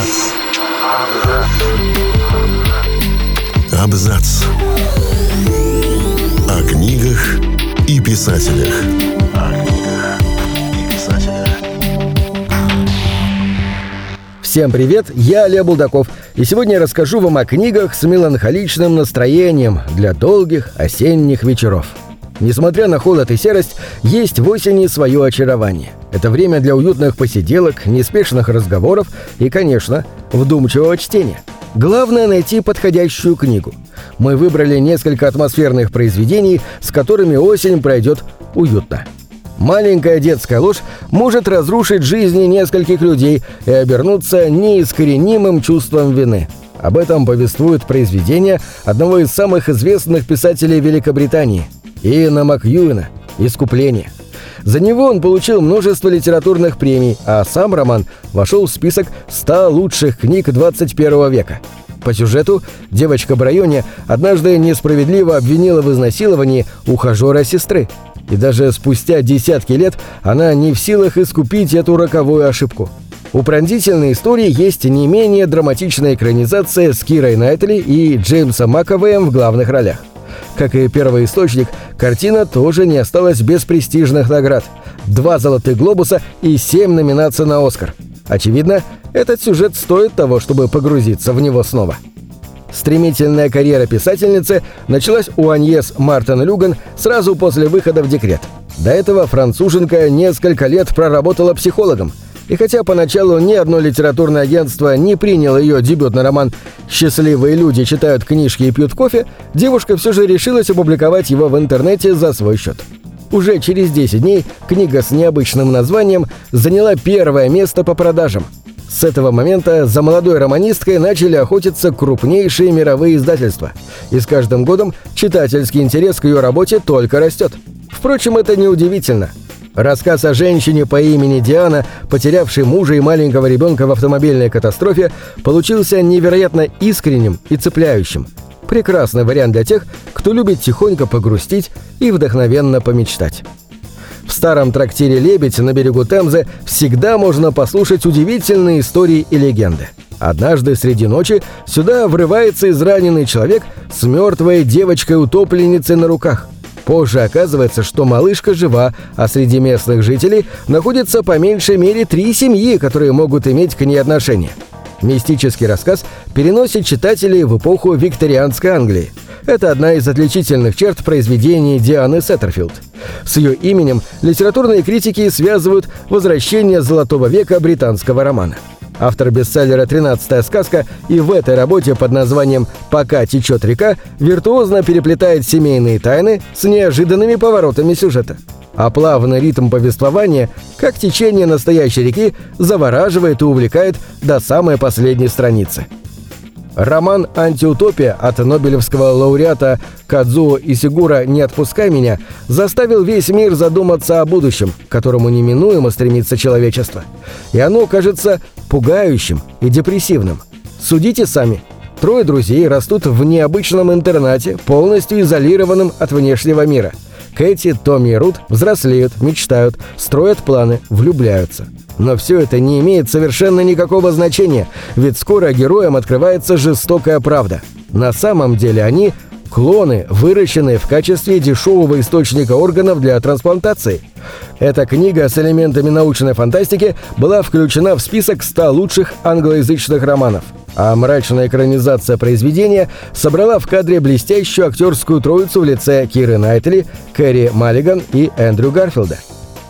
Абзац. О книгах и писателях. Всем привет, я Олег Булдаков, и сегодня я расскажу вам о книгах с меланхоличным настроением для долгих осенних вечеров. Несмотря на холод и серость, есть в осени свое очарование. Это время для уютных посиделок, неспешных разговоров и, конечно, вдумчивого чтения. Главное — найти подходящую книгу. Мы выбрали несколько атмосферных произведений, с которыми осень пройдет уютно. Маленькая детская ложь может разрушить жизни нескольких людей и обернуться неискоренимым чувством вины. Об этом повествует произведение одного из самых известных писателей Великобритании — Иэна Макьюэна «Искупление». За него он получил множество литературных премий, а сам роман вошел в список 100 лучших книг 21 века. По сюжету девочка Брайоне однажды несправедливо обвинила в изнасиловании ухажера сестры. И даже спустя десятки лет она не в силах искупить эту роковую ошибку. У пронзительной истории есть не менее драматичная экранизация с Кирой Найтли и Джеймсом Макэвоем в главных ролях. Как и первоисточник, картина тоже не осталась без престижных наград. 2 «Золотых глобуса» и 7 номинаций на «Оскар». Очевидно, этот сюжет стоит того, чтобы погрузиться в него снова. Стремительная карьера писательницы началась у Аньес Мартен Люган сразу после выхода в декрет. До этого француженка несколько лет проработала психологом. И хотя поначалу ни одно литературное агентство не приняло ее дебютный роман «Счастливые люди читают книжки и пьют кофе», девушка все же решилась опубликовать его в интернете за свой счет. Уже через 10 дней книга с необычным названием заняла 1-е место по продажам. С этого момента за молодой романисткой начали охотиться крупнейшие мировые издательства. И с каждым годом читательский интерес к ее работе только растет. Впрочем, это неудивительно. Рассказ о женщине по имени Диана, потерявшей мужа и маленького ребенка в автомобильной катастрофе, получился невероятно искренним и цепляющим. Прекрасный вариант для тех, кто любит тихонько погрустить и вдохновенно помечтать. В старом трактире «Лебедь» на берегу Темзы всегда можно послушать удивительные истории и легенды. Однажды среди ночи сюда врывается израненный человек с мертвой девочкой-утопленницей на руках. Позже оказывается, что малышка жива, а среди местных жителей находится по меньшей мере 3 семьи, которые могут иметь к ней отношение. Мистический рассказ переносит читателей в эпоху викторианской Англии. Это одна из отличительных черт произведений Дианы Сеттерфилд. С ее именем литературные критики связывают возвращение золотого века британского романа. Автор бестселлера «13-я сказка» и в этой работе под названием «Пока течет река» виртуозно переплетает семейные тайны с неожиданными поворотами сюжета. А плавный ритм повествования, как течение настоящей реки, завораживает и увлекает до самой последней страницы. Роман «Антиутопия» от нобелевского лауреата Кадзуо Исигуро «Не отпускай меня» заставил весь мир задуматься о будущем, к которому неминуемо стремится человечество. И оно кажется пугающим и депрессивным. Судите сами. 3 друзей растут в необычном интернате, полностью изолированном от внешнего мира. Кэти, Томми и Рут взрослеют, мечтают, строят планы, влюбляются. Но все это не имеет совершенно никакого значения, ведь скоро героям открывается жестокая правда. На самом деле они – клоны, выращенные в качестве дешевого источника органов для трансплантации. Эта книга с элементами научной фантастики была включена в список 100 лучших англоязычных романов, а мрачная экранизация произведения собрала в кадре блестящую актерскую троицу в лице Киры Найтли, Кэрри Маллиган и Эндрю Гарфилда.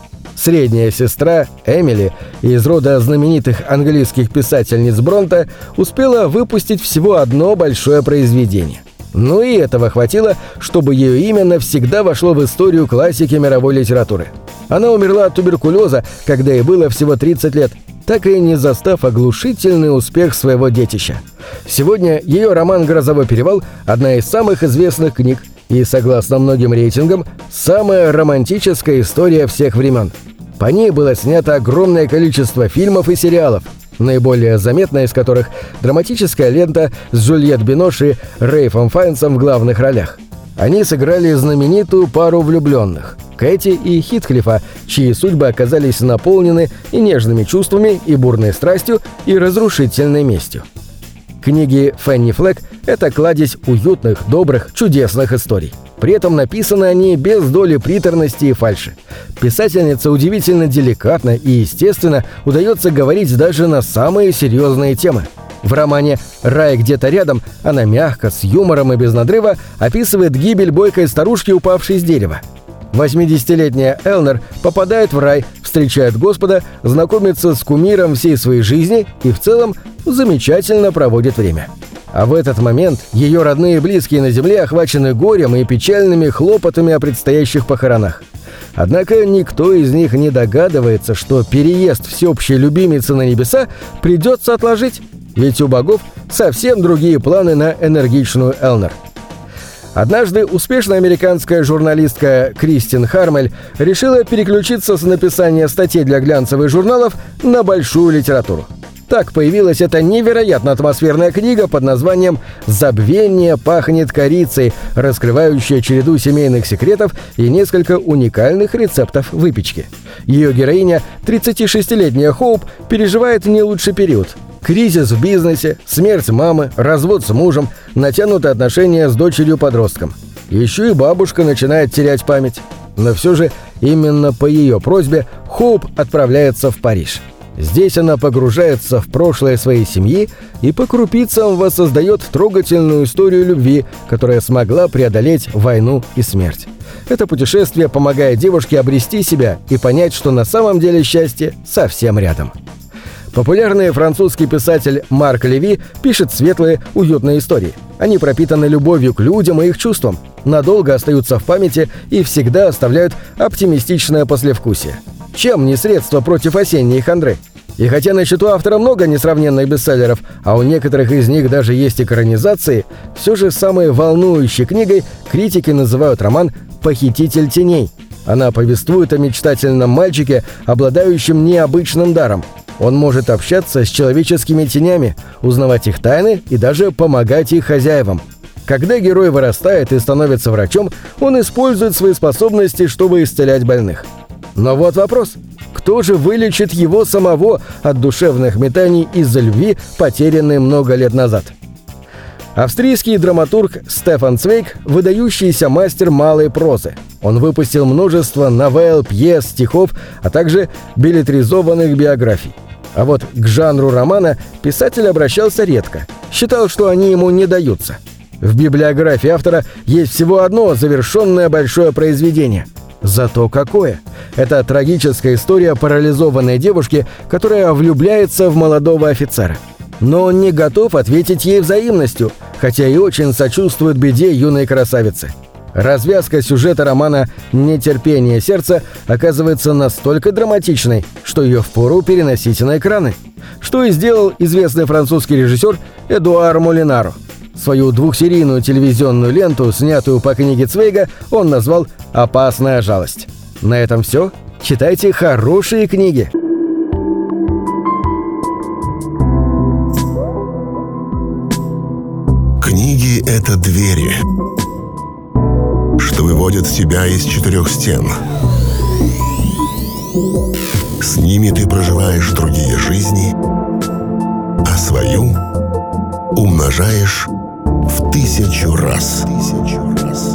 Средняя сестра, Эмили, из рода знаменитых английских писательниц Бронте, успела выпустить всего одно большое произведение. Но и этого хватило, чтобы ее имя навсегда вошло в историю классики мировой литературы. Она умерла от туберкулеза, когда ей было всего 30 лет, так и не застав оглушительный успех своего детища. Сегодня ее роман «Грозовой перевал» – одна из самых известных книг и, согласно многим рейтингам, самая романтическая история всех времен. По ней было снято огромное количество фильмов и сериалов, наиболее заметная из которых – драматическая лента с Джульетт Бинош и Рэйфом Файнсом в главных ролях. Они сыграли знаменитую пару влюбленных. Кэти и Хитклифа, чьи судьбы оказались наполнены и нежными чувствами, и бурной страстью, и разрушительной местью. Книги Фенни Флэк – это кладезь уютных, добрых, чудесных историй. При этом написаны они без доли приторности и фальши. Писательнице удивительно деликатно и естественно удается говорить даже на самые серьезные темы. В романе «Рай где-то рядом» она мягко, с юмором и без надрыва описывает гибель бойкой старушки, упавшей с дерева. 80-летняя Элнер попадает в рай, встречает Господа, знакомится с кумиром всей своей жизни и в целом замечательно проводит время. А в этот момент ее родные и близкие на земле охвачены горем и печальными хлопотами о предстоящих похоронах. Однако никто из них не догадывается, что переезд всеобщей любимицы на небеса придется отложить, ведь у богов совсем другие планы на энергичную Элнер. Однажды успешная американская журналистка Кристин Хармель решила переключиться с написания статей для глянцевых журналов на большую литературу. Так появилась эта невероятно атмосферная книга под названием «Забвение пахнет корицей», раскрывающая череду семейных секретов и несколько уникальных рецептов выпечки. Ее героиня, 36-летняя Хоуп, переживает не лучший период. Кризис в бизнесе, смерть мамы, развод с мужем, натянутые отношения с дочерью-подростком. Еще и бабушка начинает терять память. Но все же именно по ее просьбе Хоуп отправляется в Париж. Здесь она погружается в прошлое своей семьи и по крупицам воссоздает трогательную историю любви, которая смогла преодолеть войну и смерть. Это путешествие помогает девушке обрести себя и понять, что на самом деле счастье совсем рядом. Популярный французский писатель Марк Леви пишет светлые, уютные истории. Они пропитаны любовью к людям и их чувствам, надолго остаются в памяти и всегда оставляют оптимистичное послевкусие. Чем не средство против осенней хандры? И хотя на счету автора много несравненных бестселлеров, а у некоторых из них даже есть экранизации, все же самой волнующей книгой критики называют роман «Похититель теней». Она повествует о мечтательном мальчике, обладающем необычным даром. Он может общаться с человеческими тенями, узнавать их тайны и даже помогать их хозяевам. Когда герой вырастает и становится врачом, он использует свои способности, чтобы исцелять больных. Но вот вопрос: кто же вылечит его самого от душевных метаний из-за любви, потерянной много лет назад? Австрийский драматург Стефан Цвейг – выдающийся мастер малой прозы. Он выпустил множество новелл, пьес, стихов, а также беллетризованных биографий. А вот к жанру романа писатель обращался редко. Считал, что они ему не даются. В библиографии автора есть всего одно завершенное большое произведение. Зато какое! Это трагическая история парализованной девушки, которая влюбляется в молодого офицера. Но он не готов ответить ей взаимностью, хотя и очень сочувствует беде юной красавицы. Развязка сюжета романа «Нетерпение сердца» оказывается настолько драматичной, что ее впору переносить на экраны. Что и сделал известный французский режиссер Эдуар Молинаро. Свою двухсерийную телевизионную ленту, снятую по книге Цвейга, он назвал «Опасная жалость». На этом все. Читайте хорошие книги. Книги — это двери, что выводят тебя из четырех стен. С ними ты проживаешь другие жизни, а свою умножаешь в 1000 раз.